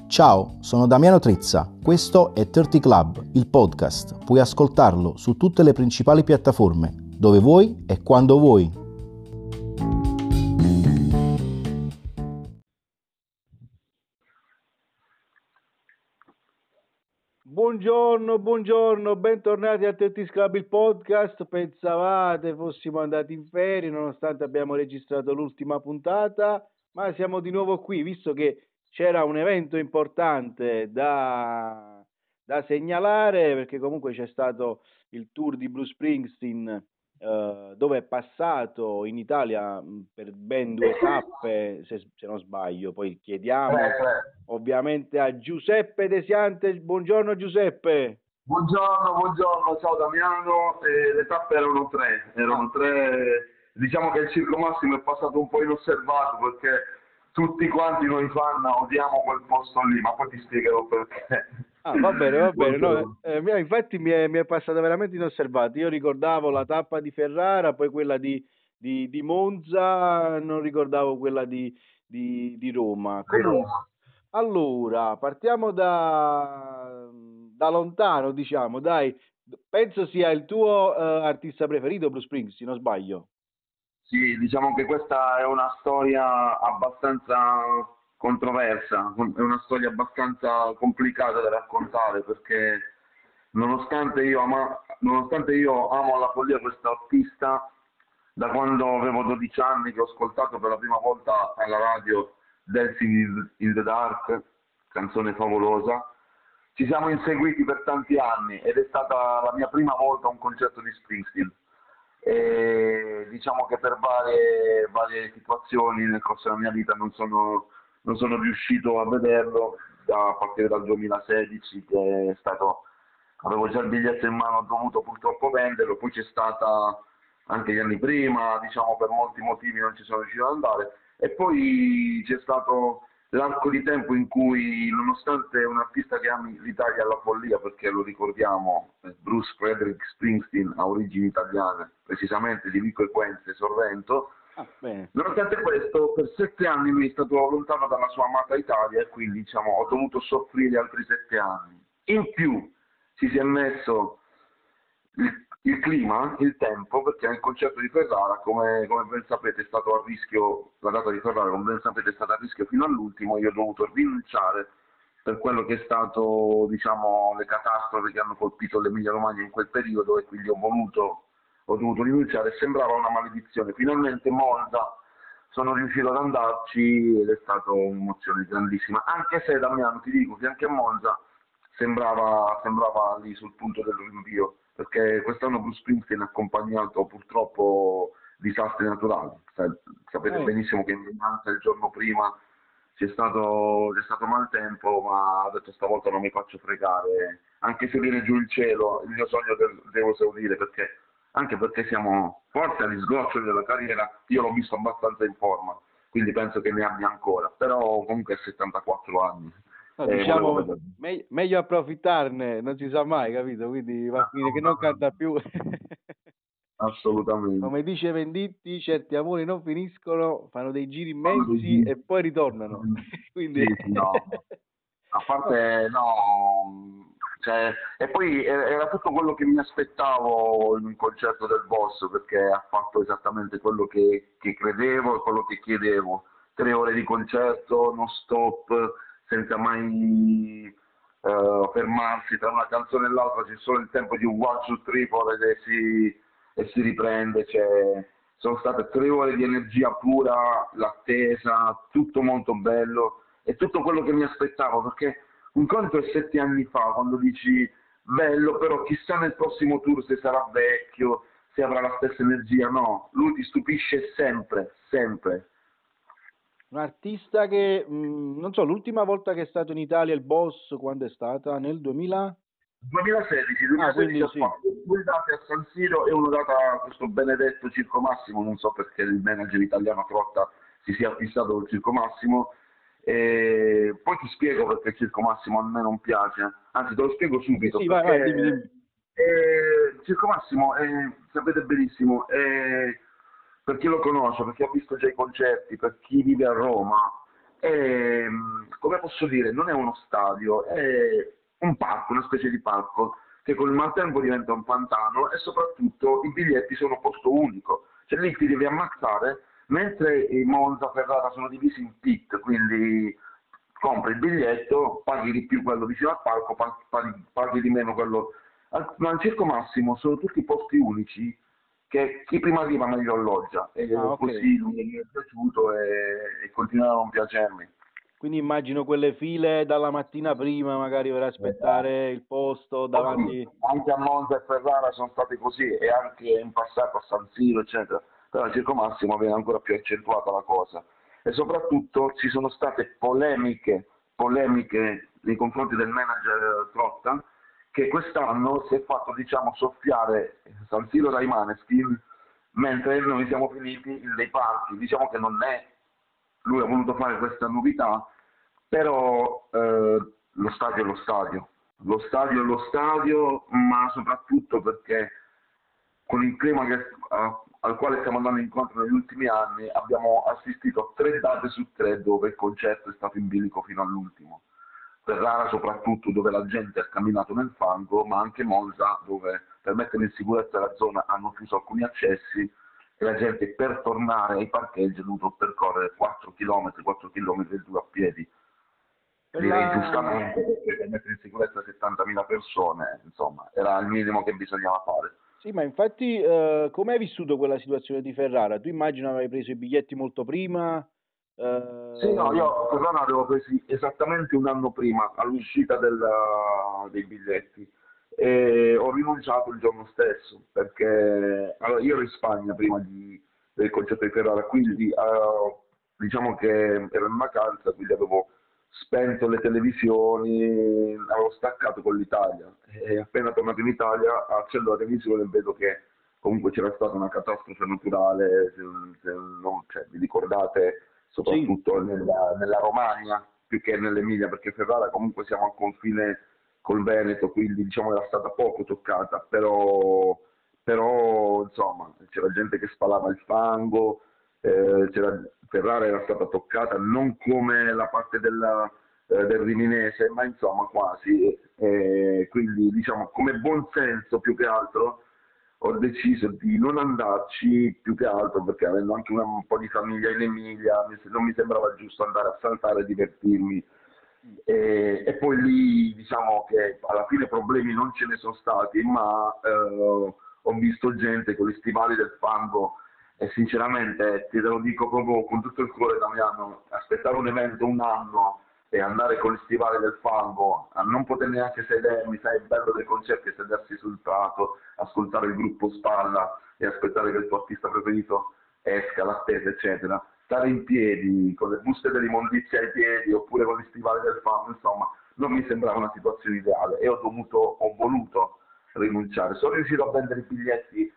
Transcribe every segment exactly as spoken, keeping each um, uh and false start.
Ciao, sono Damiano Trezza, questo è trenta Club, il podcast. Puoi ascoltarlo su tutte le principali piattaforme, dove vuoi e quando vuoi. Buongiorno, buongiorno, bentornati a trenta Club, il podcast. Pensavate fossimo andati in ferie nonostante abbiamo registrato l'ultima puntata, ma siamo di nuovo qui, visto che c'era un evento importante da, da segnalare, perché comunque c'è stato il tour di Bruce Springsteen, eh, dove è passato in Italia mh, per ben due tappe, se, se non sbaglio. Poi chiediamo ovviamente a Giuseppe De Siante. Buongiorno Giuseppe. Buongiorno, buongiorno, ciao Damiano. Eh, le tappe erano tre, erano Ah. tre. Diciamo che il Circo Massimo è passato un po' inosservato perché tutti quanti noi fan odiamo quel posto lì, ma poi ti spiegherò perché. Ah, va bene, va bene. No, Buongiorno. eh, mi- infatti mi è, mi è passata veramente inosservato. Io ricordavo la tappa di Ferrara, poi quella di, di- di Monza, non ricordavo quella di, di- di Roma. Comunque, allora, partiamo da, da lontano, diciamo, dai. Penso sia il tuo eh, artista preferito, Bruce Springsteen, non sbaglio. Sì, diciamo che questa è una storia abbastanza controversa, è una storia abbastanza complicata da raccontare perché nonostante io, ama- nonostante io amo alla follia questo artista, da quando avevo dodici anni che ho ascoltato per la prima volta alla radio Dancing in in the Dark, canzone favolosa, ci siamo inseguiti per tanti anni ed è stata la mia prima volta a un concerto di Springsteen. E diciamo che per varie, varie situazioni nel corso della mia vita non sono, non sono riuscito a vederlo da, a partire dal duemilasedici, che è stato, avevo già il biglietto in mano, ho dovuto purtroppo venderlo, poi c'è stata anche gli anni prima, diciamo per molti motivi non ci sono riuscito ad andare, e poi c'è stato l'arco di tempo in cui, nonostante un artista che ami l'Italia alla follia, perché lo ricordiamo, eh, Bruce Frederick Springsteen ha origini italiane, precisamente di Vico Equense, Sorrento, Ah, bene. nonostante questo per sette anni lui è stato lontano dalla sua amata Italia e quindi diciamo, ho dovuto soffrire altri sette anni. In più ci si è messo il, il clima, il tempo, perché nel concerto di Ferrara, come, come ben sapete, è stato a rischio, la data di Ferrara, come ben sapete, è stata a rischio fino all'ultimo, io ho dovuto rinunciare per quello che è stato, diciamo, le catastrofi che hanno colpito l'Emilia Romagna in quel periodo e quindi ho voluto, ho dovuto rinunciare, sembrava una maledizione. Finalmente Monza sono riuscito ad andarci ed è stata un'emozione grandissima, anche se Damiano ti dico che anche a Monza sembrava, sembrava lì sul punto del rinvio, perché quest'anno Bruce Springsteen ha accompagnato purtroppo disastri naturali. Sapete Eh, benissimo che in Viminanza il giorno prima c'è stato, c'è stato maltempo, ma ha detto stavolta non mi faccio fregare, anche se viene giù il cielo, il mio sogno de- devo esaudire, perché, anche perché siamo forse agli sgoccioli della carriera, io l'ho visto abbastanza in forma, quindi penso che ne abbia ancora, però comunque ha settantaquattro anni no, e volevo diciamo, vedere. me- meglio approfittarne, non si sa mai, capito? Quindi va a finire che non canta Assolutamente, più. assolutamente. Come dice Venditti, certi amori non finiscono, fanno dei giri Fanno dei immensi giri. e poi ritornano. Quindi, Sì, sì, no. A no, parte, no, cioè, e poi era era tutto quello che mi aspettavo in un concerto del Boss, perché ha fatto esattamente quello che, che credevo e quello che chiedevo. Tre ore di concerto, non stop, senza mai eh, fermarsi tra una canzone e l'altra, c'è solo il tempo di un one, two, triple e si, e si riprende. Cioè, sono state tre ore di energia pura, l'attesa, tutto molto bello è tutto quello che mi aspettavo, perché un conto è sette anni fa, quando dici bello, però chissà nel prossimo tour se sarà vecchio, se avrà la stessa energia. No, lui ti stupisce sempre, sempre. un artista che, mh, non so, l'ultima volta che è stato in Italia il Boss, quando è stata? Nel duemila? duemilasedici, Ah, duemilasedici quindi ha sì. fatto due date a San Siro e una data a questo benedetto Circo Massimo, non so perché il manager italiano Trotta si sia fissato col Circo Massimo. E poi ti spiego perché il Circo Massimo a me non piace, anzi te lo spiego Sì, subito, sì, vai, vai, dimmi, perché dimmi. eh, il Circo Massimo, è, sapete benissimo, è, per chi lo conosce, per chi ha visto già i concerti, per chi vive a Roma, è, come posso dire, non è uno stadio, è un parco, una specie di parco che con il maltempo diventa un pantano e soprattutto i biglietti sono a posto unico, cioè lì ti devi ammazzare, mentre i Monza, Ferrara sono divisi in pit, quindi compri il biglietto, paghi di più quello vicino al palco, paghi, paghi- paghi di meno quello... Al, ma al Circo Massimo sono tutti posti unici che chi prima arriva meglio alloggia e Ah, ok. così lui mi è piaciuto e, e continua a non piacermi. Quindi immagino quelle file dalla mattina prima, magari per Esatto. aspettare il posto Poi davanti. anche a Monza e Ferrara sono stati così e anche in passato a San Siro, eccetera. Però al Circo Massimo viene ancora più accentuata la cosa. E soprattutto ci sono state polemiche, polemiche nei confronti del manager Trotta, che quest'anno si è fatto, diciamo, soffiare San Siro dai Maneskin, mentre noi siamo finiti nei parchi. Diciamo che non è, lui ha voluto fare questa novità, però eh, lo stadio è lo stadio, lo stadio è lo stadio, ma soprattutto perché con il clima che, a- al quale stiamo andando incontro negli ultimi anni abbiamo assistito a tre date su tre dove il concerto è stato in bilico fino all'ultimo. Ferrara soprattutto dove la gente ha camminato nel fango, ma anche Monza dove per mettere in sicurezza la zona hanno chiuso alcuni accessi e la gente per tornare ai parcheggi ha dovuto percorrere quattro chilometri, quattro chilometri e due a piedi. Per Direi la... giustamente perché per mettere in sicurezza settantamila persone, insomma, era il minimo che bisognava fare. Sì, ma infatti, eh, come hai vissuto quella situazione di Ferrara? Tu immagino avevi preso i biglietti molto prima? Sì, no, eh, io Ferrara l'avevo presi esattamente un anno prima, all'uscita del- dei biglietti, e ho rinunciato il giorno stesso, perché allora, io ero in Spagna prima di- del concerto di Ferrara, sì, quindi eh, diciamo che ero in vacanza, quindi avevo spento le televisioni, avevo staccato con l'Italia, e appena tornato in Italia accendo la televisione e vedo che comunque c'era stata una catastrofe naturale, se, se non, cioè, vi ricordate sì, soprattutto nella, nella Romagna più che nell'Emilia, perché Ferrara comunque siamo al confine col Veneto, quindi diciamo era stata poco toccata, però, però insomma c'era gente che spalava il fango, eh, c'era- Ferrara era stata toccata non come la parte della, eh, del Riminese, ma insomma quasi, eh, quindi diciamo come buon senso più che altro ho deciso di non andarci più che altro perché avendo anche una- un po' di famiglia in Emilia mi- non mi sembrava giusto andare a saltare e divertirmi. E, e poi lì diciamo che alla fine problemi non ce ne sono stati, ma eh, ho visto gente con gli stivali del fango e sinceramente ti lo dico proprio con tutto il cuore, Damiano, aspettare un evento un anno e andare con gli stivali del fango, a non poter neanche sedermi, sai, il bello dei concerti è sedersi sul prato, ascoltare il gruppo spalla e aspettare che il tuo artista preferito esca, l'attesa, eccetera. Stare in piedi, con le buste dell'immondizia ai piedi, oppure con gli stivali del fango, insomma, non mi sembrava una situazione ideale e ho dovuto, ho voluto rinunciare. Sono riuscito a vendere i biglietti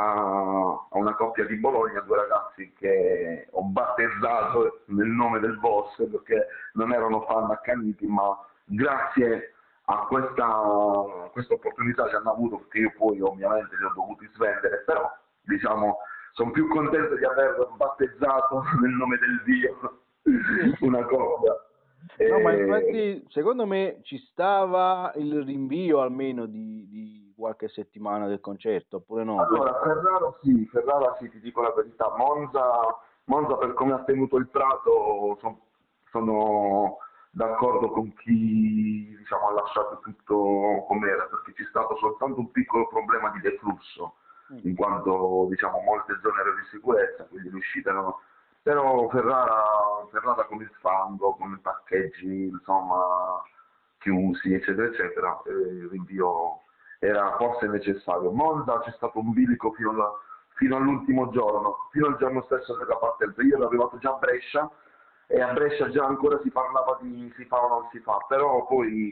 a, a una coppia di Bologna, due ragazzi che ho battezzato nel nome del boss perché non erano fan accaniti, ma grazie a questa, a questa opportunità che hanno avuto, perché io poi ovviamente li ho dovuti svendere, però diciamo sono più contento di aver battezzato nel nome del Dio sì. una coppia. No, ma E, infatti secondo me ci stava il rinvio almeno di, di qualche settimana del concerto, oppure no? Tu... allora, Ferrara sì, Ferrara sì, ti dico la verità. Monza, Monza per come ha tenuto il Prato son- sono d'accordo con chi diciamo, ha lasciato tutto com'era, perché c'è stato soltanto un piccolo problema di deflusso, Mm. in quanto diciamo, molte zone erano di sicurezza, quindi le uscite erano... Però Ferrara, Ferrara con il fango, con i parcheggi, insomma, chiusi, eccetera, eccetera, eh, il rinvio era forse necessario. Monza c'è stato un bilico fino, alla- fino all'ultimo giorno, fino al giorno stesso della partenza. Io ero arrivato già a Brescia e a Brescia già ancora si parlava di si fa o non si fa, però poi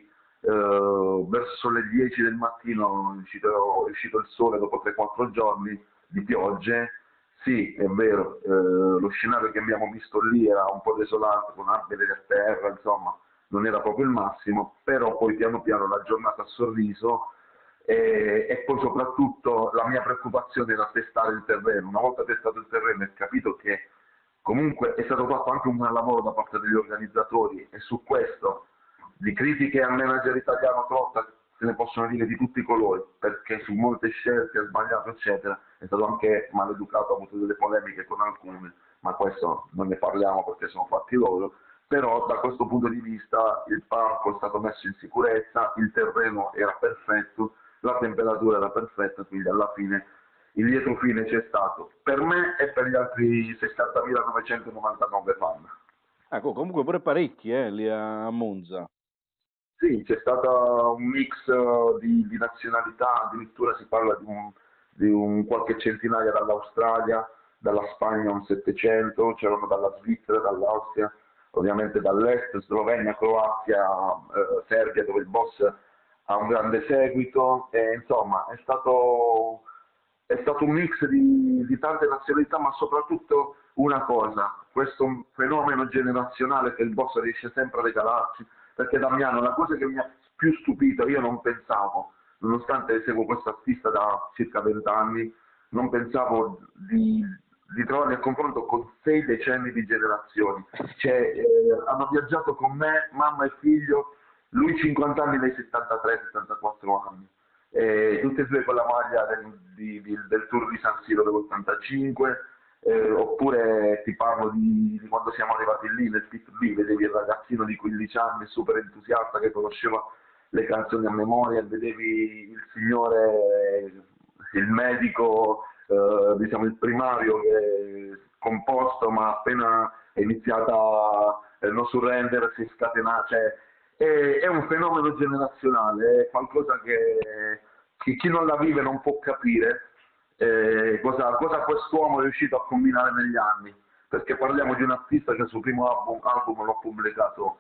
eh, verso le dieci del mattino è uscito, è uscito il sole dopo tre quattro giorni di piogge. Sì, è vero, eh, lo scenario che abbiamo visto lì era un po' desolante, con alberi a terra, insomma, non era proprio il massimo, però poi piano piano la giornata ha sorriso e, e poi soprattutto la mia preoccupazione era testare il terreno. Una volta testato il terreno e capito che comunque è stato fatto anche un buon lavoro da parte degli organizzatori, e su questo di critiche al manager italiano Trotta se ne possono dire di tutti i colori, perché su molte scelte ha sbagliato eccetera, è stato anche maleducato, ha avuto delle polemiche con alcune, ma questo non ne parliamo perché sono fatti loro. Però da questo punto di vista il palco è stato messo in sicurezza, il terreno era perfetto, la temperatura era perfetta, quindi alla fine il lieto fine c'è stato per me e per gli altri sessantamilanovecentonovantanove fan. Ecco, comunque pure parecchi eh, lì a Monza. Sì, c'è stato un mix uh, di, di nazionalità, addirittura si parla di un, di un qualche centinaia dall'Australia, dalla Spagna un settecento, c'erano dalla Svizzera, dall'Austria, ovviamente dall'est, Slovenia, Croazia, eh, Serbia, dove il boss ha un grande seguito, e insomma è stato, è stato un mix di, di tante nazionalità, ma soprattutto una cosa, questo fenomeno generazionale che il boss riesce sempre a regalarci, perché Damiano, la cosa che mi ha più stupito, io non pensavo, nonostante seguo questo artista da circa vent'anni, non pensavo di, di trovarmi a confronto con sei decenni di generazioni. Cioè, eh, hanno viaggiato con me, mamma e figlio, lui cinquanta anni, lei settantatré settantaquattro anni. Eh, tutte e due con la maglia del, di, di, del Tour di San Siro dell'ottantacinque, eh, oppure ti parlo di, di quando siamo arrivati lì nel Pit B, vedevi il ragazzino di quindici anni super entusiasta che conosceva le canzoni a memoria, vedevi il signore, il medico, eh, diciamo il primario che composto, ma appena è iniziata eh, No Surrender si scatena, cioè è, è un fenomeno generazionale, è qualcosa che, che chi non la vive non può capire. Eh, cosa, cosa quest'uomo è riuscito a combinare negli anni, perché parliamo di un artista che il suo primo album, album l'ho pubblicato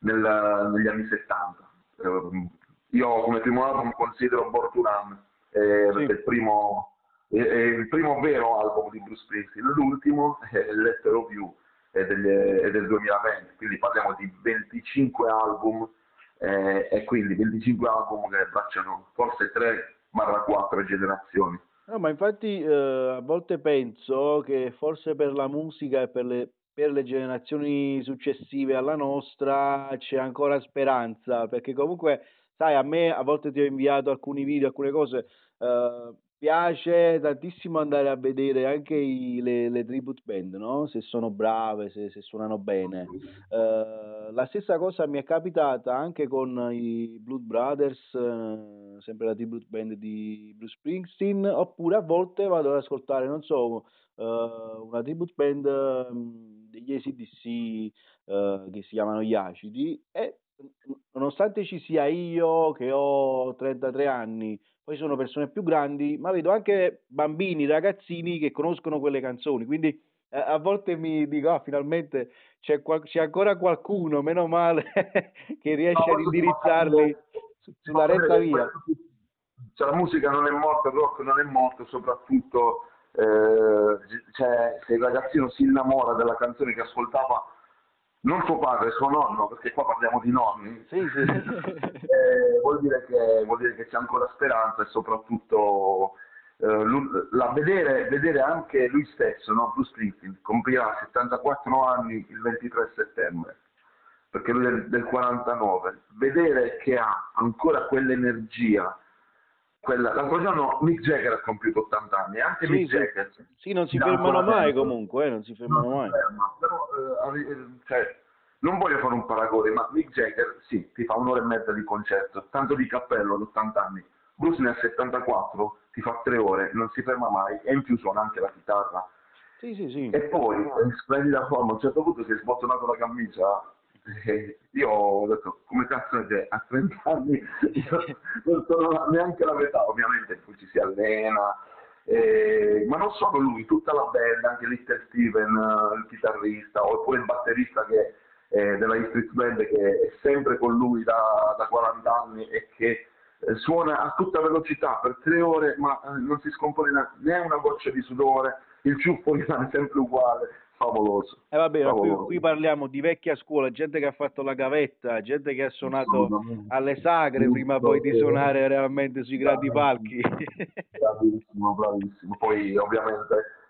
nel, negli anni settanta. Eh, io come primo album considero Born to Run, eh, Sì. il primo, è, è il primo vero album di Bruce Springsteen, l'ultimo è Letter of You, è del, è del duemilaventi, quindi parliamo di venticinque album, eh, e quindi venticinque album che abbracciano forse tre quattro generazioni. No, ma infatti eh, a volte penso che forse per la musica e per le, per le generazioni successive alla nostra c'è ancora speranza, perché comunque, sai, a me a volte ti ho inviato alcuni video, alcune cose, eh, piace tantissimo andare a vedere anche i- le, le tribute band, no? Se sono brave, se, se suonano bene. Eh, la stessa cosa mi è capitata anche con i Blood Brothers, eh, sempre la tribute band di Bruce Springsteen, oppure a volte vado ad ascoltare, non so, eh, una tribute band ehm, degli A C D C eh, che si chiamano Gli Acidi, e nonostante ci sia io che ho trentatré anni, poi sono persone più grandi, ma vedo anche bambini, ragazzini che conoscono quelle canzoni, quindi eh, a volte mi dico, ah, finalmente c'è, qual- c'è ancora qualcuno, meno male, che No, riesce ad questo ti fa indirizzarli capire, su- ti fa sulla capire retta che via. questo- cioè, la musica non è morta, il rock non è morto, soprattutto eh, cioè, se il ragazzino si innamora della canzone che ascoltava non suo padre, suo nonno, perché qua parliamo di nonni, Sì, sì. eh, vuol dire che, vuol dire che c'è ancora speranza, e soprattutto eh, lu- la- vedere, vedere anche lui stesso, no? Bruce Springsteen, compirà settantaquattro anni il ventitré settembre, perché lui è del, del quarantanove, vedere che ha ancora quell'energia, quella... l'altro giorno Mick Jagger ha compiuto ottanta anni, e anche Sì, Mick sì. Jagger Sì, non ti si dà fermano ancora mai tempo, comunque, eh, non si non fermano si mai. ferma, però eh, arri- eh, cioè, non voglio fare un paragone, ma Mick Jagger sì, ti fa un'ora e mezza di concerto, tanto di cappello ad ottanta anni. Bruce ne ha settantaquattro, ti fa tre ore, non si ferma mai, e in più suona anche la chitarra. Sì, sì, sì. E poi, in splendida forma, a un certo punto si è sbottonato la camicia, e io ho detto, come cazzo è che a trenta anni io non sono neanche la metà, ovviamente poi ci si allena, eh, ma non solo lui, tutta la band, anche Little Steven, eh, il chitarrista, oppure il batterista che, eh, della E Street Band, che è sempre con lui da, da quaranta anni e che eh, suona a tutta velocità per tre ore, ma eh, non si scompone né una goccia di sudore, il ciuffo rimane sempre uguale, favoloso, E vabbè, ma qui, favoloso. qui parliamo di vecchia scuola, gente che ha fatto la gavetta, gente che ha suonato Assolutamente. alle sagre prima poi Giusto, di eh, suonare realmente sui grandi bravissimo, palchi. bravissimo, bravissimo. Poi ovviamente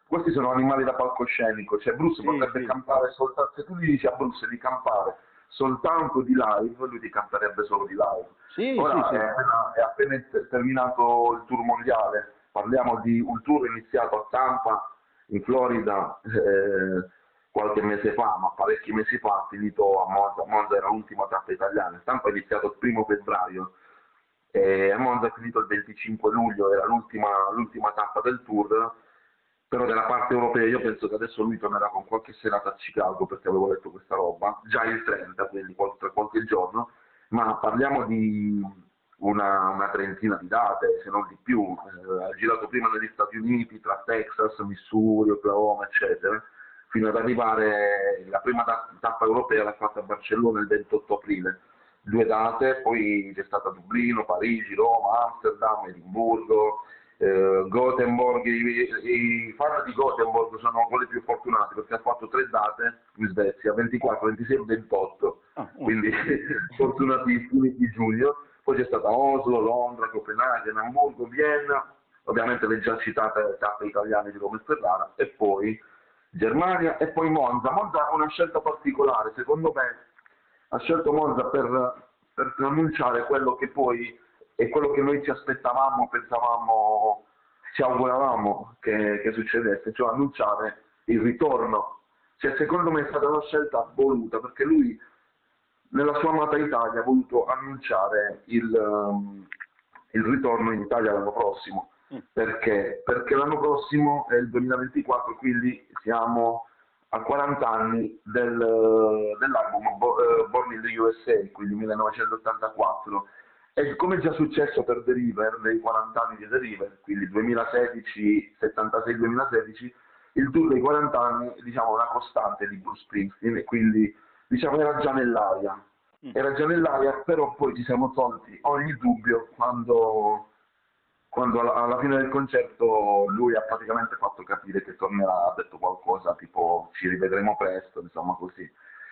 questi sono animali da palcoscenico, cioè Bruce Sì, potrebbe sì. campare soltanto, se tu gli dici a Bruce di campare soltanto di live, lui ti camperebbe solo di live. Sì, sì, Ora è sì. appena, è appena terminato il tour mondiale, parliamo di un tour iniziato a Tampa, in Florida, eh, qualche mese fa, ma parecchi mesi fa, finito a Monza. Monza era l'ultima tappa italiana, Tampa è iniziato il primo febbraio, e a Monza è finito il venticinque luglio, era l'ultima, l'ultima tappa del tour, però della parte europea io penso che adesso lui tornerà con qualche serata a Chicago, perché avevo letto questa roba, già il trenta, quindi qualche, qualche giorno, ma parliamo di una, una trentina di date, se non di più. Eh, ha girato prima negli Stati Uniti, tra Texas, Missouri, Oklahoma, eccetera, fino ad arrivare, la prima tappa europea l'ha fatta a Barcellona il ventotto aprile, due date, poi c'è stata Dublino, Parigi, Roma, Amsterdam, Edimburgo, eh, Gothenburg. I, i fan di Gothenburg sono quelli più fortunati perché ha fatto tre date in Svezia, ventiquattro, ventisei e ventotto, Ah, oh. quindi fortunatissimi di giugno. Poi c'è stata Oslo, Londra, Copenaghen, Hamburgo, Vienna, ovviamente le già citate tappe italiane di Roma e Ferrara, e poi Germania e poi Monza. Monza è una scelta particolare, secondo me ha scelto Monza per, per annunciare quello che poi è quello che noi ci aspettavamo, pensavamo, ci auguravamo che, che succedesse, cioè annunciare il ritorno. Cioè, secondo me è stata una scelta voluta, perché lui nella sua amata Italia ha voluto annunciare il, um, il ritorno in Italia l'anno prossimo. Mm. Perché? Perché l'anno prossimo è il duemilaventiquattro, quindi siamo a quaranta anni del, dell'album Born in the U S A, quindi millenovecentottantaquattro. E come è già successo per The River, nei quaranta anni di The River, quindi duemilasedici, settantasei duemilasedici, il tour dei quaranta anni, diciamo, è una costante di Bruce Springsteen, e quindi diciamo era già nell'aria. Era già nell'aria, però poi ci siamo tolti ogni dubbio quando, quando alla, alla fine del concerto lui ha praticamente fatto capire che tornerà, ha detto qualcosa tipo ci rivedremo presto, insomma così.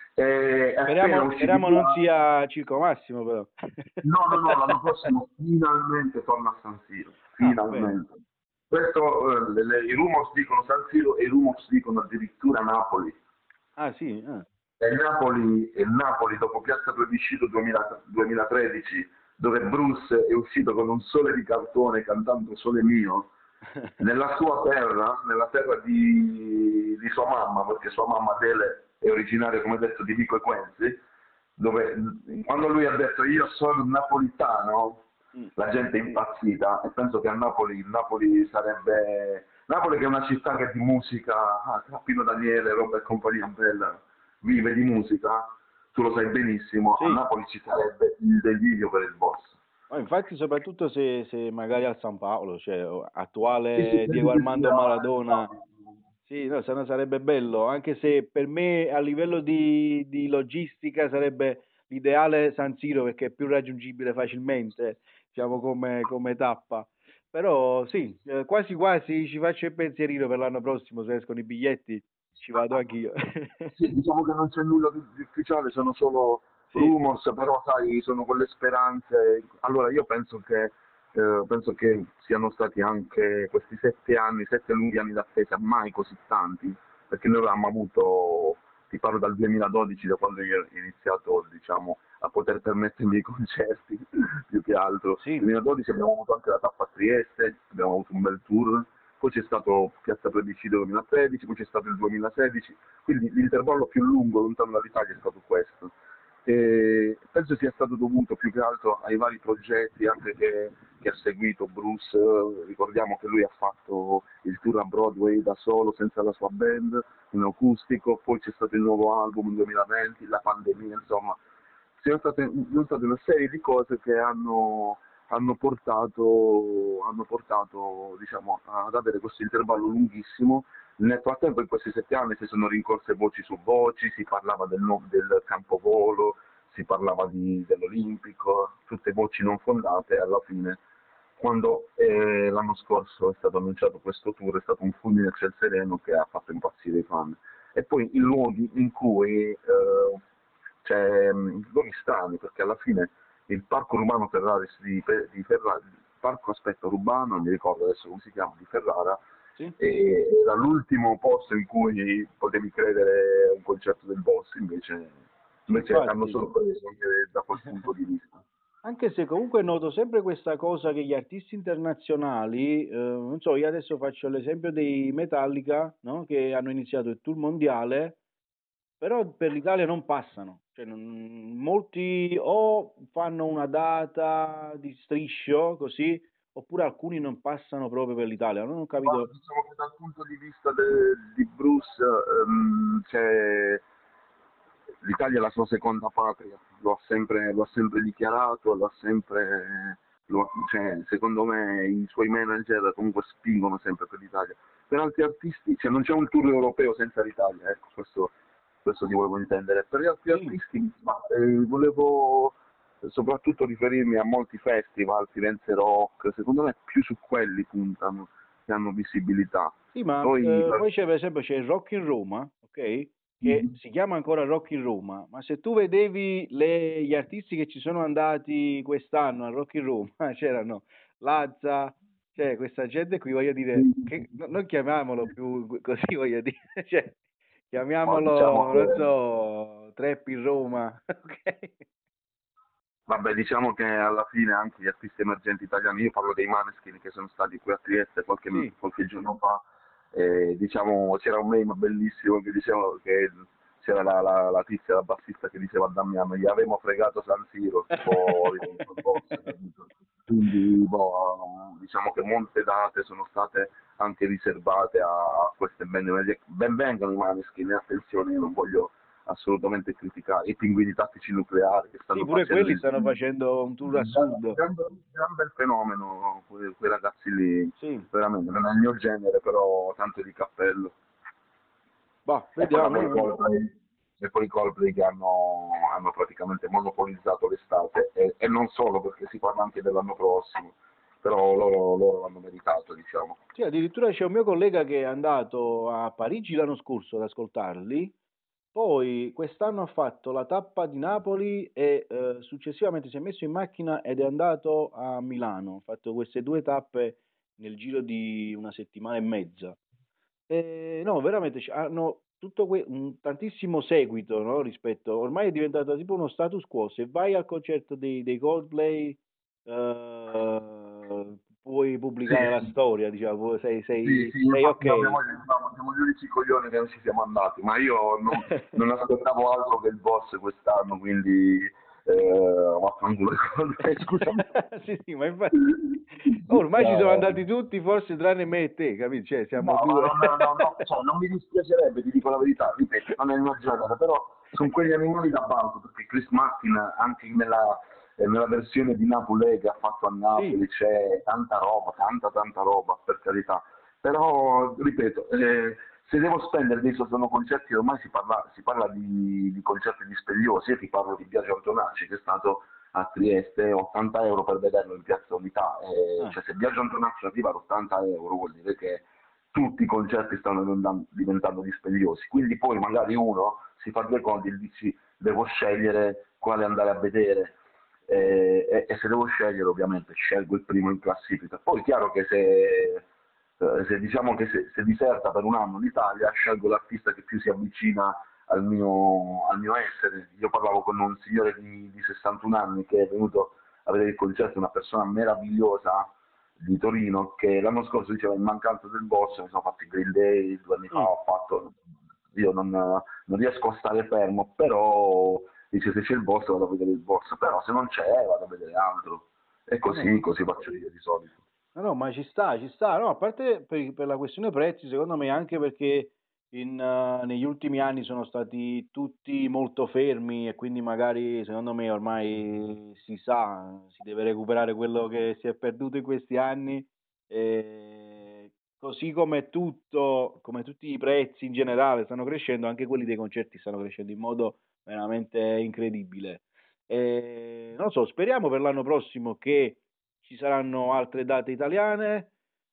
E è appena Speriamo, uscito speriamo il non brano- sia Circo Massimo, però. No, no, no, l'anno prossimo finalmente torna a San Siro, Ah, bene. finalmente. Questo, eh, le- le- i rumors dicono San Siro e i rumors dicono addirittura Napoli. Ah, sì. Ah. E il Napoli, e il Napoli dopo Piazza Plebiscito duemila duemilatredici, dove Bruce è uscito con un sole di cartone cantando Sole mio, nella sua terra, nella terra di, di sua mamma, perché sua mamma Adele è originaria, come detto, di Vico Equenzi, dove quando lui ha detto io sono napolitano, Mm. la gente è impazzita, e penso che a Napoli, Napoli sarebbe... Napoli che è una città che di musica, ah, Pino Daniele, Roba e compagnia bella, vive di musica, tu lo sai benissimo, Sì. a Napoli ci sarebbe il delirio per il boss. Ma infatti, soprattutto se, se magari al San Paolo, cioè attuale Sì, sì, Diego credo che Armando Maradona, sia... sì, no, se no sarebbe bello, anche se per me a livello di, di logistica sarebbe l'ideale San Siro perché è più raggiungibile facilmente, diciamo come, come tappa. Però sì, eh, quasi quasi ci faccio il pensierino per l'anno prossimo, se escono i biglietti, ci vado anch'io. Sì, diciamo che non c'è nulla di, di ufficiale, sono solo Sì, rumors, però sai, sono quelle speranze. Allora io penso che, eh, penso che siano stati anche questi sette anni, sette lunghi anni d'attesa, mai così tanti, perché noi avevamo avuto, ti parlo dal duemiladodici, da quando io ho iniziato, diciamo, a poter permettermi i concerti, più che altro. Nel sì, duemiladodici abbiamo avuto anche la tappa a Trieste, abbiamo avuto un bel tour, poi c'è stato Piazza Plebiscito duemilatredici, poi c'è stato il duemilasedici, quindi l'intervallo più lungo lontano dall'Italia è stato questo. E penso sia stato dovuto più che altro ai vari progetti anche che, che ha seguito Bruce. Ricordiamo che lui ha fatto il tour a Broadway da solo, senza la sua band, in acustico, poi c'è stato il nuovo album nel duemilaventi, la pandemia, insomma, ci sono state, ci sono state una serie di cose che hanno, hanno portato, hanno portato diciamo, ad avere questo intervallo lunghissimo. Nel frattempo, in questi sette anni si sono rincorse voci su voci, si parlava del, no- del campovolo, si parlava di- dell'Olimpico, tutte voci non fondate, e alla fine, quando eh, l'anno scorso è stato annunciato questo tour, è stato un fulmine a ciel sereno che ha fatto impazzire i fan. E poi i luoghi in cui, eh, cioè, mh, luoghi strani, perché alla fine il parco urbano Ferraris di, Fe- di Ferrara, il parco aspetto urbano, non mi ricordo adesso come si chiama, di Ferrara, Sì. e era l'ultimo posto in cui potevi credere a un concerto del Boss, invece, invece hanno Infatti, sorpreso anche da quel punto di vista. anche se comunque noto sempre questa cosa che gli artisti internazionali, eh, non so, io adesso faccio l'esempio dei Metallica, no? Che hanno iniziato il tour mondiale, però per l'Italia non passano. Cioè, non- molti o fanno una data di striscio, così, oppure alcuni non passano proprio per l'Italia. Non ho Ma capito. diciamo che dal punto di vista de- di Bruce, ehm, c'è l'Italia è la sua seconda patria, lo ha sempre, lo ha sempre dichiarato, lo ha sempre, lo ha- cioè, secondo me i suoi manager comunque spingono sempre per l'Italia. Per altri artisti, cioè, non c'è un tour europeo senza l'Italia, ecco, questo, questo ti volevo intendere. Per gli altri Sì, artisti, ma, eh, volevo soprattutto riferirmi a molti festival, Firenze Rock, secondo me più su quelli puntano, che hanno visibilità. sì, ma Poi, eh, la- poi c'è per esempio c'è il Rock in Roma, ok? Che si chiama ancora Rock in Roma, ma se tu vedevi le- gli artisti che ci sono andati quest'anno a Rock in Roma, c'erano Lazza, cioè questa gente qui, voglio dire, che, no- non chiamiamolo più così, voglio dire, cioè, ma diciamo chiamiamolo, che non so, Trap in Roma, ok? Vabbè, diciamo che alla fine anche gli artisti emergenti italiani, io parlo dei Maneskin che sono stati qui a Trieste qualche, Sì, qualche giorno fa, e diciamo c'era un meme bellissimo che diceva che c'era la, la, la tizia, la bassista che diceva a Damiano, gli avremmo fregato San Siro, tipo rivolto al boss, capito? Quindi boh, diciamo che molte date sono state anche riservate a queste band. Ben vengano i Maneskin, e attenzione, io non voglio assolutamente criticare i pinguini tattici nucleari che sì, stanno pure facendo quelli il stanno facendo un tour gran, assurdo, gran, gran bel fenomeno, quei, quei ragazzi lì, sì, veramente, non è il mio genere, però tanto di cappello. bah, E poi vabbè, i vediamo. Coldplay, e poi i Coldplay che hanno, hanno praticamente monopolizzato l'estate, e, e non solo, perché si parla anche dell'anno prossimo, però loro, loro l'hanno meritato, diciamo. Sì, addirittura c'è un mio collega che è andato a Parigi l'anno scorso ad ascoltarli, poi quest'anno ha fatto la tappa di Napoli e eh, successivamente si è messo in macchina ed è andato a Milano. Ha fatto queste due tappe nel giro di una settimana e mezza. E, no, veramente c- hanno tutto que- un tantissimo seguito, no, rispetto, ormai è diventato tipo uno status quo. Se vai al concerto dei, dei Coldplay, eh, puoi Sì, pubblicare la storia, diciamo, sei, sì, sei, sì, sei infatti noi ok. abbiamo, no, siamo gli unici coglioni che non ci siamo andati, ma io non, non aspettavo altro che il boss quest'anno, quindi eh, vaffanculo, scusami. Sì, sì, ma infatti ormai ci sono andati tutti, forse tranne me e te, capito? Cioè, No, siamo ma due. non, no, no, no, cioè, non mi dispiacerebbe, ti dico la verità, ripeto, non è il mio genere, però sono quegli animali da banco, perché Chris Martin anche nella, eh, nella versione di Napoli che ha fatto a Sì, Napoli c'è tanta roba, tanta tanta roba, per carità, però ripeto, eh, se devo spendere dei sono concerti, ormai si parla, si parla di, di concerti dispendiosi, io ti parlo di Biagio Antonacci che è stato a Trieste, ottanta euro per vederlo in Piazza Unità, eh, ah, cioè se Biagio Antonacci arriva ad ottanta euro vuol dire che tutti i concerti stanno diventando, diventando dispendiosi, quindi poi magari uno si fa due conti e dici devo scegliere quale andare a vedere, eh, e, e se devo scegliere ovviamente scelgo il primo in classifica. Poi è chiaro che se, eh, se diciamo che se, se diserta per un anno l'Italia, scelgo l'artista che più si avvicina al mio, al mio essere. Io parlavo con un signore di, di sessantuno anni che è venuto a vedere il concerto, una persona meravigliosa di Torino, che l'anno scorso diceva in mancanza del boss mi sono fatti Green Day, due anni fa mm. ho fatto, io non, non riesco a stare fermo, però dice se c'è il boss vado a vedere il boss, però se non c'è vado a vedere altro, e No, no, così, così faccio io di solito. no, no, ma ci sta, ci sta. No, a parte per, per la questione prezzi, secondo me anche perché in, eh, negli ultimi anni sono stati tutti molto fermi e quindi magari, secondo me, ormai si sa, si deve recuperare quello che si è perduto in questi anni. E così come tutto, come tutti i prezzi in generale stanno crescendo, anche quelli dei concerti stanno crescendo in modo veramente incredibile. E, non so, speriamo per l'anno prossimo che ci saranno altre date italiane.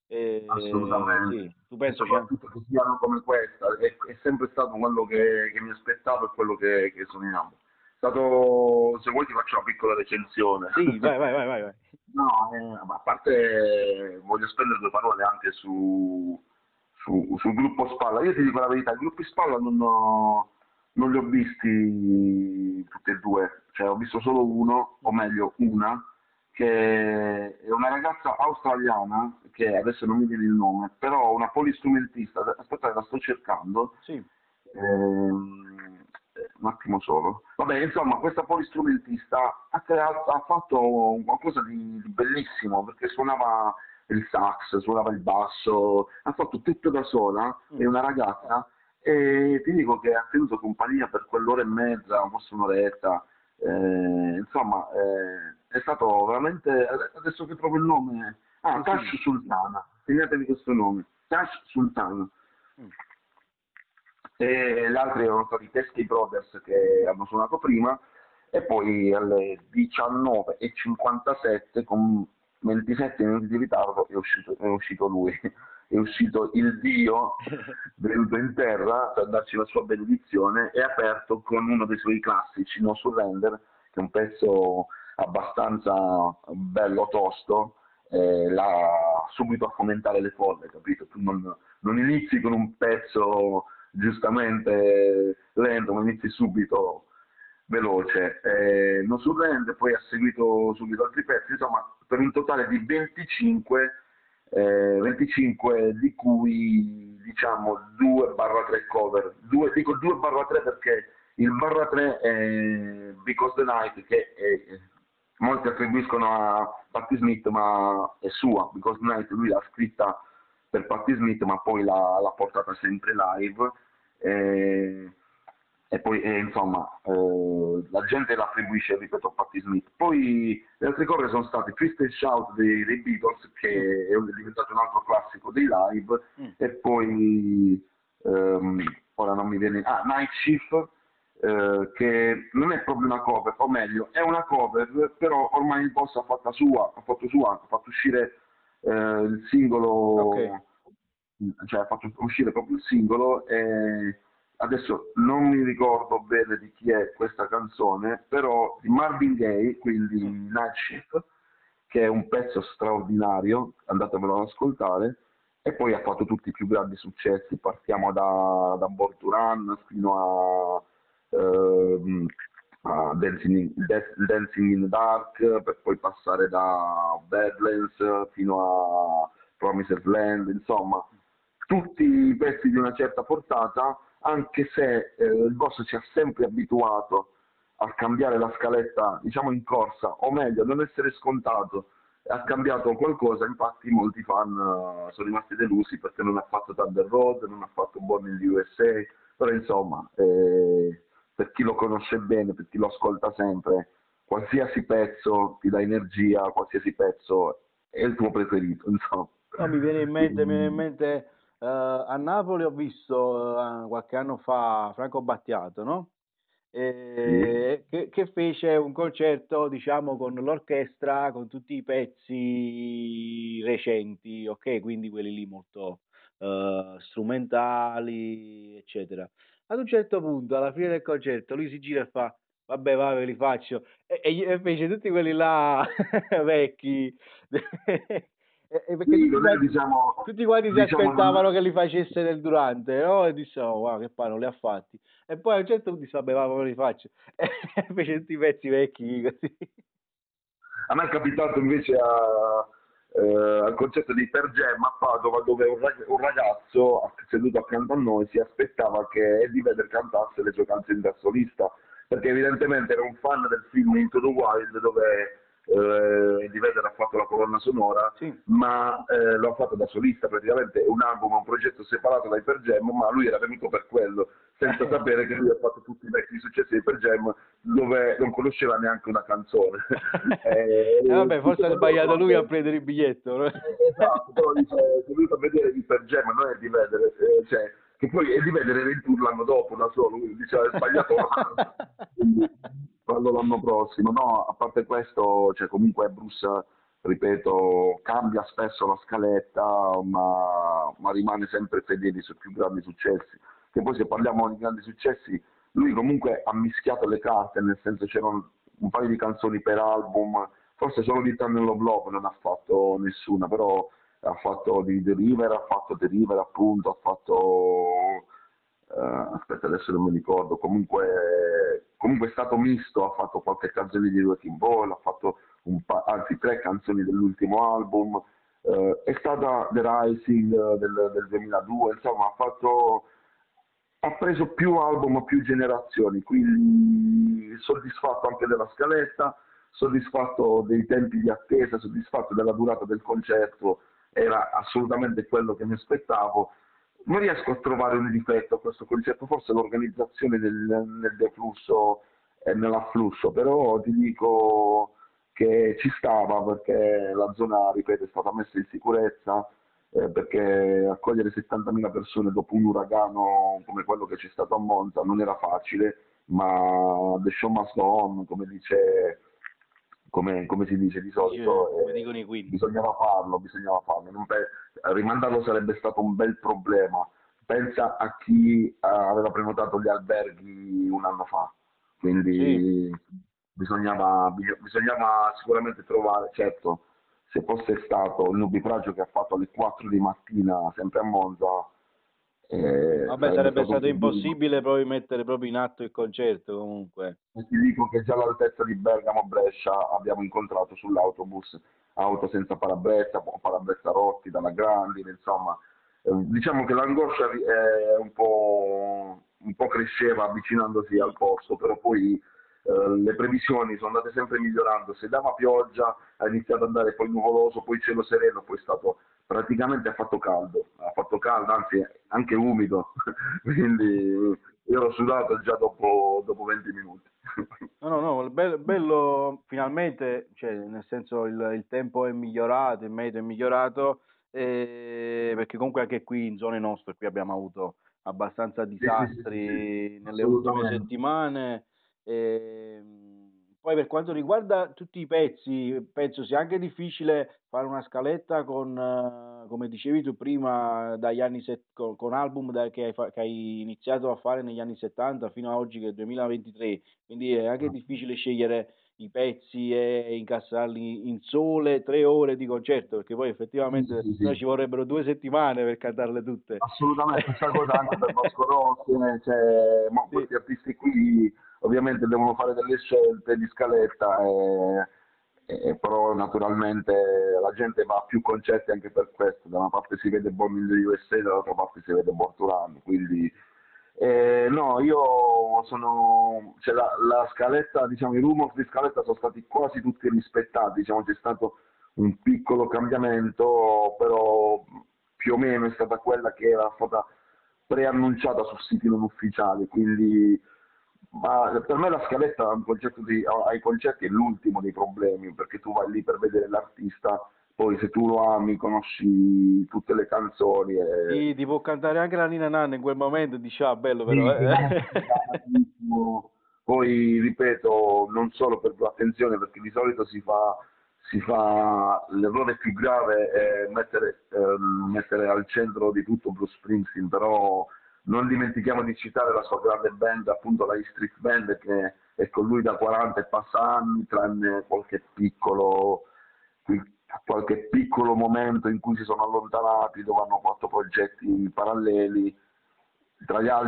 Eh, Assolutamente, sì, tu e penso ci soprattutto che siano come questa, è, è sempre stato quello che, che mi aspettavo e quello che, che sognavo. È stato, se vuoi ti faccio una piccola recensione. Sì, vai, vai, vai, vai, vai. No, eh, ma a parte voglio spendere due parole anche su, su, sul gruppo Spalla. Io ti dico la verità, i gruppi Spalla non, ho, non li ho visti tutti e due, cioè ho visto solo uno, o meglio una, che è una ragazza australiana, che adesso non mi viene il nome, però una polistrumentista, aspetta la sto cercando, Sì. ehm, un attimo solo. Vabbè, insomma, questa polistrumentista ha, creato, ha fatto qualcosa di, di bellissimo, perché suonava il sax, suonava il basso, ha fatto tutto da sola, Mm. è una ragazza, e ti dico che ha tenuto compagnia per quell'ora e mezza, forse un'oretta, eh, insomma, eh, è stato veramente, adesso che trovo il nome, ah, Sì, Tash sì. Sultana, segnatevi questo nome, Tash Sultana. Mm. E gli altri erano stati i Teskey Brothers che hanno suonato prima, e poi alle diciannove e cinquantasette con ventisette minuti di ritardo è uscito, è uscito lui, è uscito il dio venuto in terra per darci la sua benedizione e ha aperto con uno dei suoi classici, No Surrender, che è un pezzo abbastanza bello, tosto, eh, l'ha subito a fomentare le folle, capito? Tu non, non inizi con un pezzo giustamente lento, ma inizi subito veloce. Eh, non surrende, poi ha seguito subito altri pezzi, insomma, per un totale di venticinque, eh, venticinque di cui diciamo due tre cover. Due, dico due tre perché il barra tre è Because the Night, che è, molti attribuiscono a Patti Smith, ma è sua. Because the Night lui l'ha scritta per Patti Smith, ma poi l'ha, l'ha portata sempre live. E, e poi eh, insomma eh, la gente l'attribuisce, ripeto, a Patti Smith. Poi le altre cover sono state Twist and Shout dei, dei Beatles, che è, un, è diventato un altro classico dei live, Mm. e poi ehm, ora non mi viene, ah, Night Shift, eh, che non è proprio una cover, o meglio è una cover, però ormai il boss ha fatto sua, ha fatto sua, ha fatto uscire eh, il singolo, Ok. cioè ha fatto uscire proprio il singolo, e adesso non mi ricordo bene di chi è questa canzone, però di Marvin Gaye, quindi Mm. Night Shift, che è un pezzo straordinario, andatevelo ad ascoltare, e poi ha fatto tutti i più grandi successi, partiamo da, da Born to Run fino a, ehm, a Dancing, in, Dancing in the Dark, per poi passare da Badlands fino a Promised Land, insomma, tutti i pezzi di una certa portata, anche se eh, il boss ci ha sempre abituato a cambiare la scaletta, diciamo in corsa, o meglio, non essere scontato, ha cambiato qualcosa, infatti molti fan uh, sono rimasti delusi perché non ha fatto Thunder Road, non ha fatto Born in the U S A, però insomma, eh, per chi lo conosce bene, per chi lo ascolta sempre, qualsiasi pezzo ti dà energia, qualsiasi pezzo è il tuo preferito, insomma. No, mi viene in mente, mi viene in mente eh, a Napoli ho visto eh, qualche anno fa Franco Battiato, no? Sì. E che, che fece un concerto, diciamo, con l'orchestra, con tutti i pezzi recenti, ok? Quindi quelli lì molto eh, strumentali, eccetera. Ad un certo punto, alla fine del concerto, lui si gira e fa, vabbè, va, ve li faccio. E, e gli- e fece tutti quelli là vecchi. E, e perché Sì, tutti non è, quanti, diciamo, tutti quanti si diciamo non- aspettavano che li facesse nel durante, no? E dicevano, oh, wow, che poi non li ha fatti. E poi a un certo punto disse, vabbè, va, me li faccio. E fece tutti i pezzi vecchi così. A me è capitato invece a, eh, al concerto di Per Jam a Padova, dove un, rag- un ragazzo seduto accanto a noi si aspettava che Eddie Vedder cantasse le sue canzoni da solista, perché evidentemente era un fan del film Into the Wild, dove eh, Eddie Vedder ha fatto la colonna sonora, Sì. ma eh, lo ha fatto da solista, praticamente un album, un progetto separato dai Per Jam, ma lui era venuto per quello, senza sapere che lui ha fatto tutti i vecchi successi dei Per Jam, dove non conosceva neanche una canzone. E eh, vabbè, tutto forse ha quello sbagliato lui a quando- prendere il biglietto, no? esatto, però dice, è venuto a vedere di Per Jam, non è di vedere, eh, cioè, che poi è di vedere era in tour l'anno dopo da solo, quindi diceva è sbagliato l'anno, quindi fallo l'anno prossimo. No, a parte questo, cioè, comunque Bruce, ripeto, cambia spesso la scaletta, ma, ma rimane sempre fedele ai suoi più grandi successi. Che poi se parliamo di grandi successi, lui comunque ha mischiato le carte, nel senso c'erano un paio di canzoni per album, forse solo di Tunnel of Love non ha fatto nessuna, però ha fatto di The River, ha fatto The River appunto, ha fatto, eh, aspetta adesso non mi ricordo, comunque, comunque è stato misto, ha fatto qualche canzone di Wrecking Ball, ha fatto un pa- anzi tre canzoni dell'ultimo album, eh, è stata The Rising eh, del, del duemiladue, insomma ha fatto, ha preso più album, più generazioni, quindi soddisfatto anche della scaletta, soddisfatto dei tempi di attesa, soddisfatto della durata del concerto, era assolutamente quello che mi aspettavo. Non riesco a trovare un difetto a questo concerto, forse l'organizzazione del, nel deflusso e nell'afflusso, però ti dico che ci stava perché la zona, ripeto, è stata messa in sicurezza, eh, perché accogliere settantamila persone dopo un uragano come quello che c'è stato a Monza non era facile, ma the show must go on, come dice, come, come si dice di Dice, solito, come eh, dicono i Queen. bisognava farlo, bisognava farlo. Non pe- rimandarlo sarebbe stato un bel problema. Pensa a chi eh, aveva prenotato gli alberghi un anno fa, Sì. quindi bisognava, bi- bisognava sicuramente trovare, certo, se fosse stato il nubifragio che ha fatto alle quattro di mattina sempre a Monza, eh, Vabbè, sarebbe sarebbe stato un stato problema. impossibile poi mettere proprio in atto il concerto comunque. E ti dico che già all'altezza di Bergamo-Brescia abbiamo incontrato sull'autobus auto senza parabrezza, o parabrezza rotti dalla grandine, insomma, eh, diciamo che l'angoscia ri- è un po', un po' cresceva avvicinandosi al Mm. posto, però poi eh, le previsioni sono andate sempre migliorando, se dava pioggia ha iniziato ad andare poi nuvoloso, poi cielo sereno, poi è stato praticamente ha fatto caldo, ha fatto caldo, anzi anche umido, quindi io ero sudato già dopo, dopo venti minuti. No, no, no, il bello, bello finalmente, cioè, nel senso il, il tempo è migliorato, il meteo è migliorato, eh, perché comunque anche qui in zone nostre, qui abbiamo avuto abbastanza Sì, sì, sì, sì, sì, disastri nelle ultime assolutamente. settimane. ehm, Poi per quanto riguarda tutti i pezzi, penso sia anche difficile fare una scaletta con, eh, come dicevi tu prima, dagli anni set- con, con album da- che hai, fa- che hai iniziato a fare negli anni settanta fino a oggi che è il duemilaventitré, quindi è anche difficile scegliere i pezzi e incassarli in sole tre ore di concerto, perché poi Sì, sì, effettivamente sì, noi sì. ci vorrebbero due settimane per cantarle tutte. Assolutamente, questa cosa anche per Vasco Rossi, eh, cioè, ma Sì, questi artisti qui ovviamente devono fare delle scelte di scaletta, e, e però naturalmente la gente va a più concerti anche per questo, da una parte si vede Born in the U S A, dall'altra parte si vede Born to Run, quindi eh, no, io sono, cioè la, la scaletta, diciamo i rumors di scaletta sono stati quasi tutti rispettati, diciamo c'è stato un piccolo cambiamento, però più o meno è stata quella che era stata preannunciata su siti non ufficiali, quindi ma per me la scaletta a un concerto di- a- ai concerti è l'ultimo dei problemi, perché tu vai lì per vedere l'artista, poi se tu lo ami, conosci tutte le canzoni e sì, ti può cantare anche la Nina Nanna in quel momento, dici, ah, bello però, sì, eh. conosci tantissimo. Poi ripeto, non solo per l'attenzione, perché di solito si fa, si fa l'errore più grave è mettere, ehm, mettere al centro di tutto Bruce Springsteen, però non dimentichiamo di citare la sua grande band, appunto la E Street Band, che è con lui da quaranta e passa anni, tranne qualche piccolo, qualche piccolo momento in cui si sono allontanati, dove hanno fatto progetti paralleli, tra gli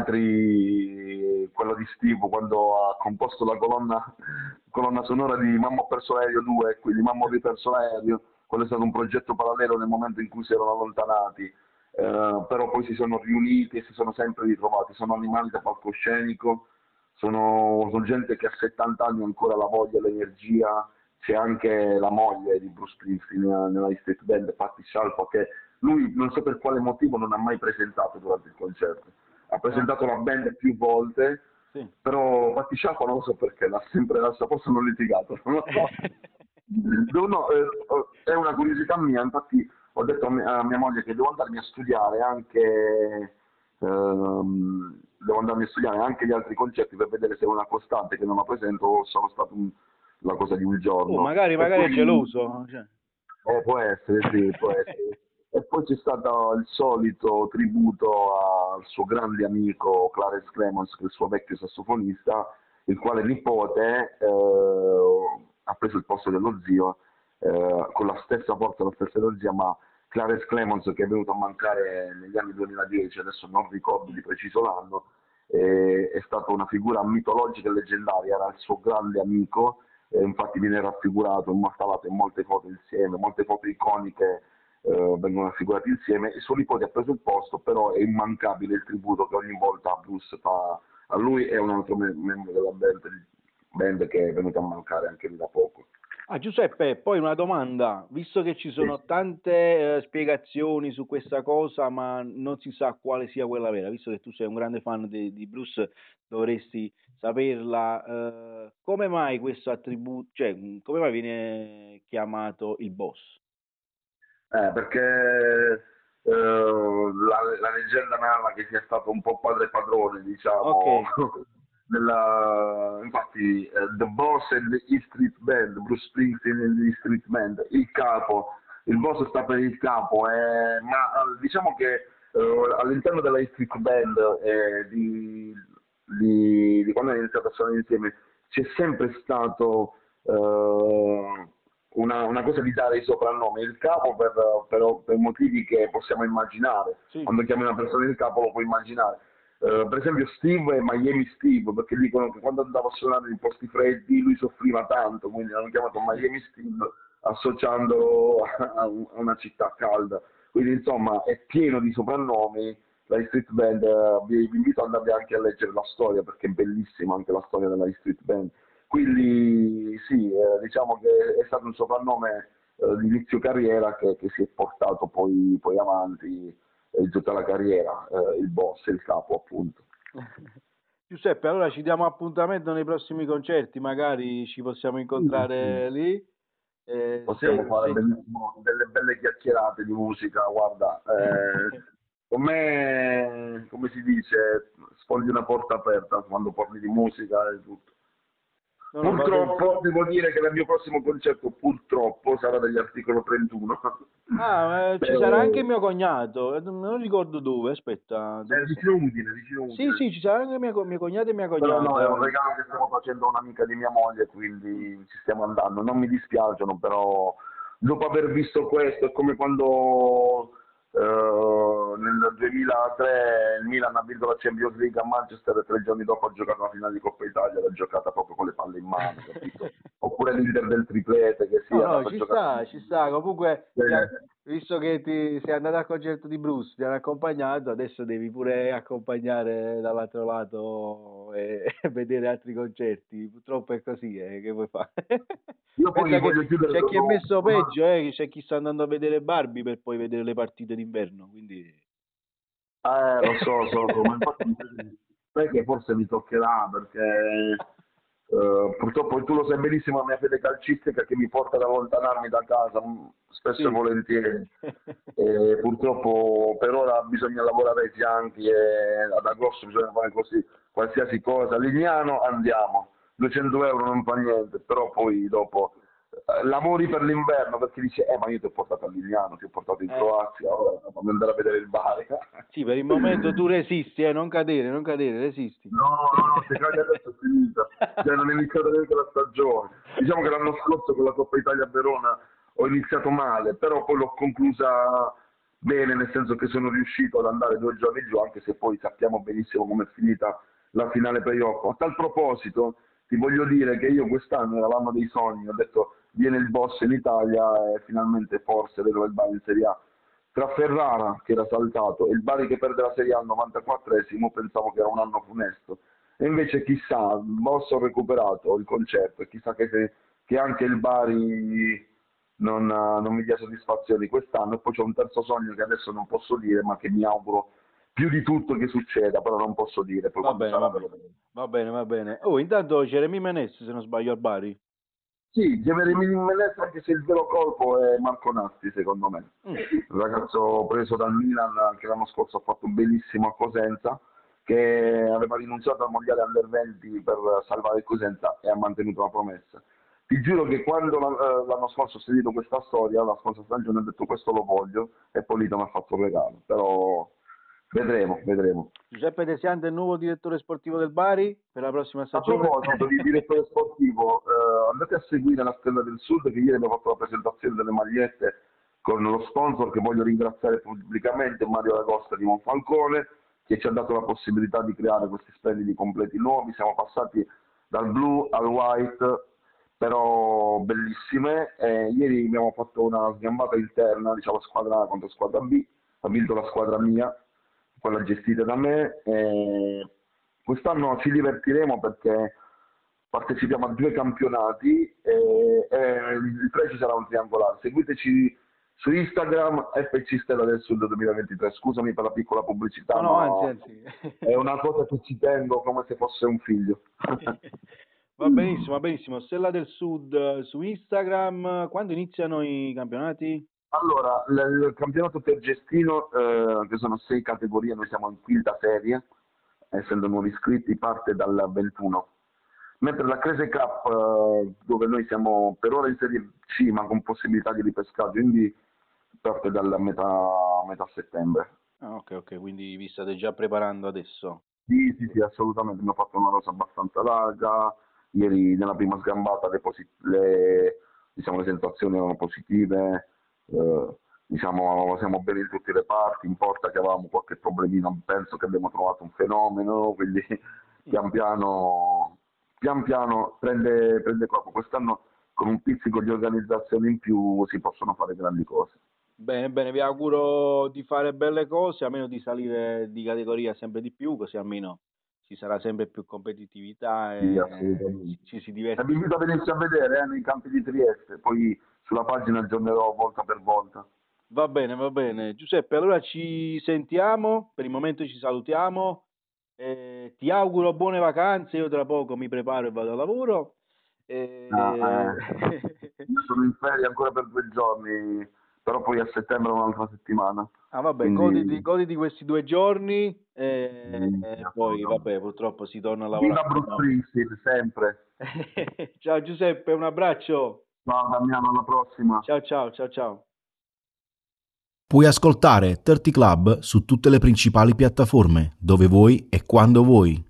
altri quello di Steve quando ha composto la colonna, colonna sonora di Mamma ho perso l'aereo due, quindi Mamma ho riperso l'aereo, quello è stato un progetto parallelo nel momento in cui si erano allontanati, eh, però poi si sono riuniti e si sono sempre ritrovati, sono animali da palcoscenico, sono, sono gente che a settanta anni ha ancora la voglia e l'energia, c'è anche la moglie di Bruce Springsteen nella, nella Street Band, Patti Scialfa, che lui non so per quale motivo non ha mai presentato durante il concerto. Ha Ah, presentato la band più volte, sì. però Patti Scialfa non lo so perché, l'ha sempre, l'ha forse hanno litigato, non lo so. No, no, eh, è una curiosità mia, infatti ho detto a mia, a mia moglie che devo andarmi a studiare anche, ehm, devo andarmi a studiare anche gli altri concerti per vedere se è una costante che non la presento o sono stato un- la cosa di un Oh, giorno. magari, E magari è poi geloso. Cioè. eh, può essere, sì, può essere. E poi c'è stato il solito tributo al suo grande amico Clarence Clemons, che è il suo vecchio sassofonista, il quale nipote eh, ha preso il posto dello zio, eh, con la stessa forza, la stessa energia, ma Clarence Clemons, che è venuto a mancare negli anni duemiladieci, adesso non ricordo di preciso l'anno, eh, è stata una figura mitologica e leggendaria, era il suo grande amico, eh, infatti viene raffigurato, immortalato in molte foto insieme, molte foto iconiche eh, vengono raffigurate insieme, e suo nipote ha preso il posto, però è immancabile il tributo che ogni volta Bruce fa a lui e a un altro me- membro della band, band che è venuto a mancare anche lì da poco. Ah, Giuseppe, poi una domanda, visto che ci sono Sì. tante eh, spiegazioni su questa cosa, ma non si sa quale sia quella vera, visto che tu sei un grande fan di, di Bruce, dovresti saperla. Eh, come mai questo attributo, cioè, mh, come mai viene chiamato il boss? Eh, perché eh, la, la leggenda narra che sia stato un po' padre padrone, Ok, diciamo, della, infatti eh, The Boss and the E Street Band, Bruce Springsteen and the E Street Band, il capo, il boss sta per il capo, eh, ma eh, diciamo che eh, all'interno della E Street Band eh, di, di, di quando hanno iniziato a suonare insieme c'è sempre stato eh, una, una cosa di dare i soprannomi, il capo per, per, per motivi che possiamo immaginare, sì, quando chiami una persona il capo lo puoi immaginare. Eh, per esempio Steve è Miami Steve, perché dicono che quando andava a suonare in posti freddi lui soffriva tanto, quindi l'hanno chiamato Miami Steve associandolo a, a una città calda. Quindi insomma è pieno di soprannomi. La Street Band, eh, vi, vi invito ad andare anche a leggere la storia, perché è bellissima anche la storia della Street Band. Quindi sì, eh, diciamo che è stato un soprannome eh, di inizio carriera che, che si è portato poi, poi avanti eh, tutta la carriera, eh, il boss, il capo appunto. Giuseppe, allora ci diamo appuntamento nei prossimi concerti, magari ci possiamo Sì, incontrare sì. lì. Eh, Possiamo se, fare se... benissimo delle belle chiacchierate di musica, guarda, eh, con me, come si dice, sfondi una porta aperta quando parli di musica e tutto. No, no, va bene. Purtroppo devo dire che il mio prossimo concerto purtroppo sarà degli articolo trentuno. Ah, eh, ci Però, sarà anche mio cognato, eh, non non ricordo dove, aspetta, è dove sta? vicino Udine, vicino Sì, Udine. sì, ci sarà anche mio, co- mio cognato e mia Però no, è un cognata. regalo che stiamo facendo a un'amica di mia moglie, quindi ci stiamo andando. Non mi dispiacciono, però dopo aver visto questo è come quando eh, nel duemilatré il Milan ha vinto la Champions League a Manchester e tre giorni dopo ha giocato la finale di Coppa Italia, l'ha giocata proprio con le palle in mano, capito? Oppure l'Inter del triplete che sì, No, è no, andato a ci giocare. sta, ci sta. Comunque, ti ha- Eh, visto che ti sei andato al concerto di Bruce, ti hanno accompagnato, adesso devi pure accompagnare dall'altro lato e, e vedere altri concerti. Purtroppo è così, eh, che vuoi fare? io poi Pensa che voglio chiudere c'è chi è con messo una... peggio, eh, c'è chi sta andando a vedere Barbie per poi vedere le partite d'inverno, quindi... Eh, lo so, so, so, ma infatti sai che forse mi toccherà perché eh, purtroppo tu lo sai benissimo la mia fede calcistica che mi porta ad allontanarmi da casa mh, spesso e Sì. volentieri. E purtroppo per ora bisogna lavorare ai fianchi e ad agosto bisogna fare così qualsiasi cosa. Lignano andiamo, duecento euro non fa niente, però poi dopo eh, lavori per l'inverno perché dice eh ma io ti ho portato a Lignano, ti ho portato in Eh, Croazia, ora fammi andare a vedere il Bari. sì, per il momento tu resisti, eh, non cadere, non cadere, resisti. No, no, se cade adesso è finita, cioè non è iniziata neanche la stagione. Diciamo che l'anno scorso con la Coppa Italia a Verona ho iniziato male, però poi l'ho conclusa bene, nel senso che sono riuscito ad andare due giorni giù, anche se poi sappiamo benissimo come è finita la finale playoff. A tal proposito, ti voglio dire che io quest'anno era l'anno dei sogni, ho detto viene il boss in Italia e finalmente forse vedo il Bari in Serie A. Tra Ferrara, che era saltato, e il Bari che perde la Serie A al novantaquattresimo, pensavo che era un anno funesto. E invece chissà, il boss ho recuperato il concerto e chissà che, se- che anche il Bari non, eh, non mi dia soddisfazioni quest'anno. E poi c'è un terzo sogno che adesso non posso dire, ma che mi auguro più di tutto che succeda, però non posso dire, poi Va quando bene, sarà va ve lo bene, dico. va bene, va bene. Oh, intanto Jeremy Menez, se non sbaglio, al Bari. Sì, Gemelli Menez, anche se il vero colpo è Marco Nasti, secondo me. Mm. Un ragazzo preso dal Milan che l'anno scorso ha fatto benissimo a Cosenza, che aveva rinunciato al mondiale under venti per salvare il Cosenza e ha mantenuto la promessa. Ti giuro che quando la- l'anno scorso ho sentito questa storia, la scorsa stagione, ho detto questo lo voglio e Polito mi ha fatto un regalo, però vedremo, vedremo. Giuseppe De Siante è il nuovo direttore sportivo del Bari per la prossima A stagione. proposito di direttore sportivo, eh, andate a seguire la Stella del Sud che ieri abbiamo fatto la presentazione delle magliette con lo sponsor che voglio ringraziare pubblicamente, Mario D'Agosta di Monfalcone, che ci ha dato la possibilità di creare questi splendidi completi nuovi. Siamo passati dal blu al white, però bellissime. Eh, ieri abbiamo fatto una sgambata interna, diciamo squadra A contro squadra B, ha vinto la squadra mia, quella gestita da me. Eh, quest'anno ci divertiremo perché partecipiamo a due campionati e, e il tre ci sarà un triangolare. Seguiteci su Instagram F C Stella del Sud duemilaventitré. Scusami per la piccola pubblicità, No, no, ma anzi, anzi. è una cosa che ci tengo come se fosse un figlio. Va benissimo, va benissimo. Stella del Sud eh, su Instagram. Quando iniziano i campionati? Allora, l- il campionato Tergestino, eh, che sono sei categorie, noi siamo in quinta serie, essendo nuovi iscritti, parte dal ventuno. Mentre la Crese Cup, eh, dove noi siamo per ora in serie C, ma con possibilità di ripescaggio, quindi parte dalla metà, metà settembre. Ah, ok, ok, quindi vi state già preparando adesso. Sì, sì, sì, assolutamente, abbiamo fatto una rosa abbastanza larga, ieri nella prima sgambata le, posi- le, diciamo, le sensazioni erano positive, eh, diciamo, siamo bene in tutte le parti, in porta che avevamo qualche problemino, penso che abbiamo trovato un fenomeno, quindi pian piano, pian piano prende, prende corpo. Quest'anno con un pizzico di organizzazione in più si possono fare grandi cose. Bene, bene, vi auguro di fare belle cose, almeno di salire di categoria sempre di più, così almeno ci sarà sempre più competitività Sì, e assolutamente. ci, ci si E diverte. vi invito a venirci a vedere eh, nei campi di Trieste, poi sulla pagina aggiornerò volta per volta. Va bene, va bene. Giuseppe, allora ci sentiamo, per il momento ci salutiamo, eh, ti auguro buone vacanze, io tra poco mi preparo e vado a lavoro. Ah, E... eh, io sono in ferie ancora per due giorni, però poi a settembre un'altra settimana. Ah, vabbè, Quindi, goditi, goditi questi due giorni e, sì, sì, e poi, assolutamente. vabbè, purtroppo si torna a lavorare. Viva Bruce No. Springsteen, sempre. Ciao Giuseppe, un abbraccio. Ciao Damiano, alla prossima. Ciao, ciao, ciao, ciao. Puoi ascoltare thirty Club su tutte le principali piattaforme, dove vuoi e quando vuoi.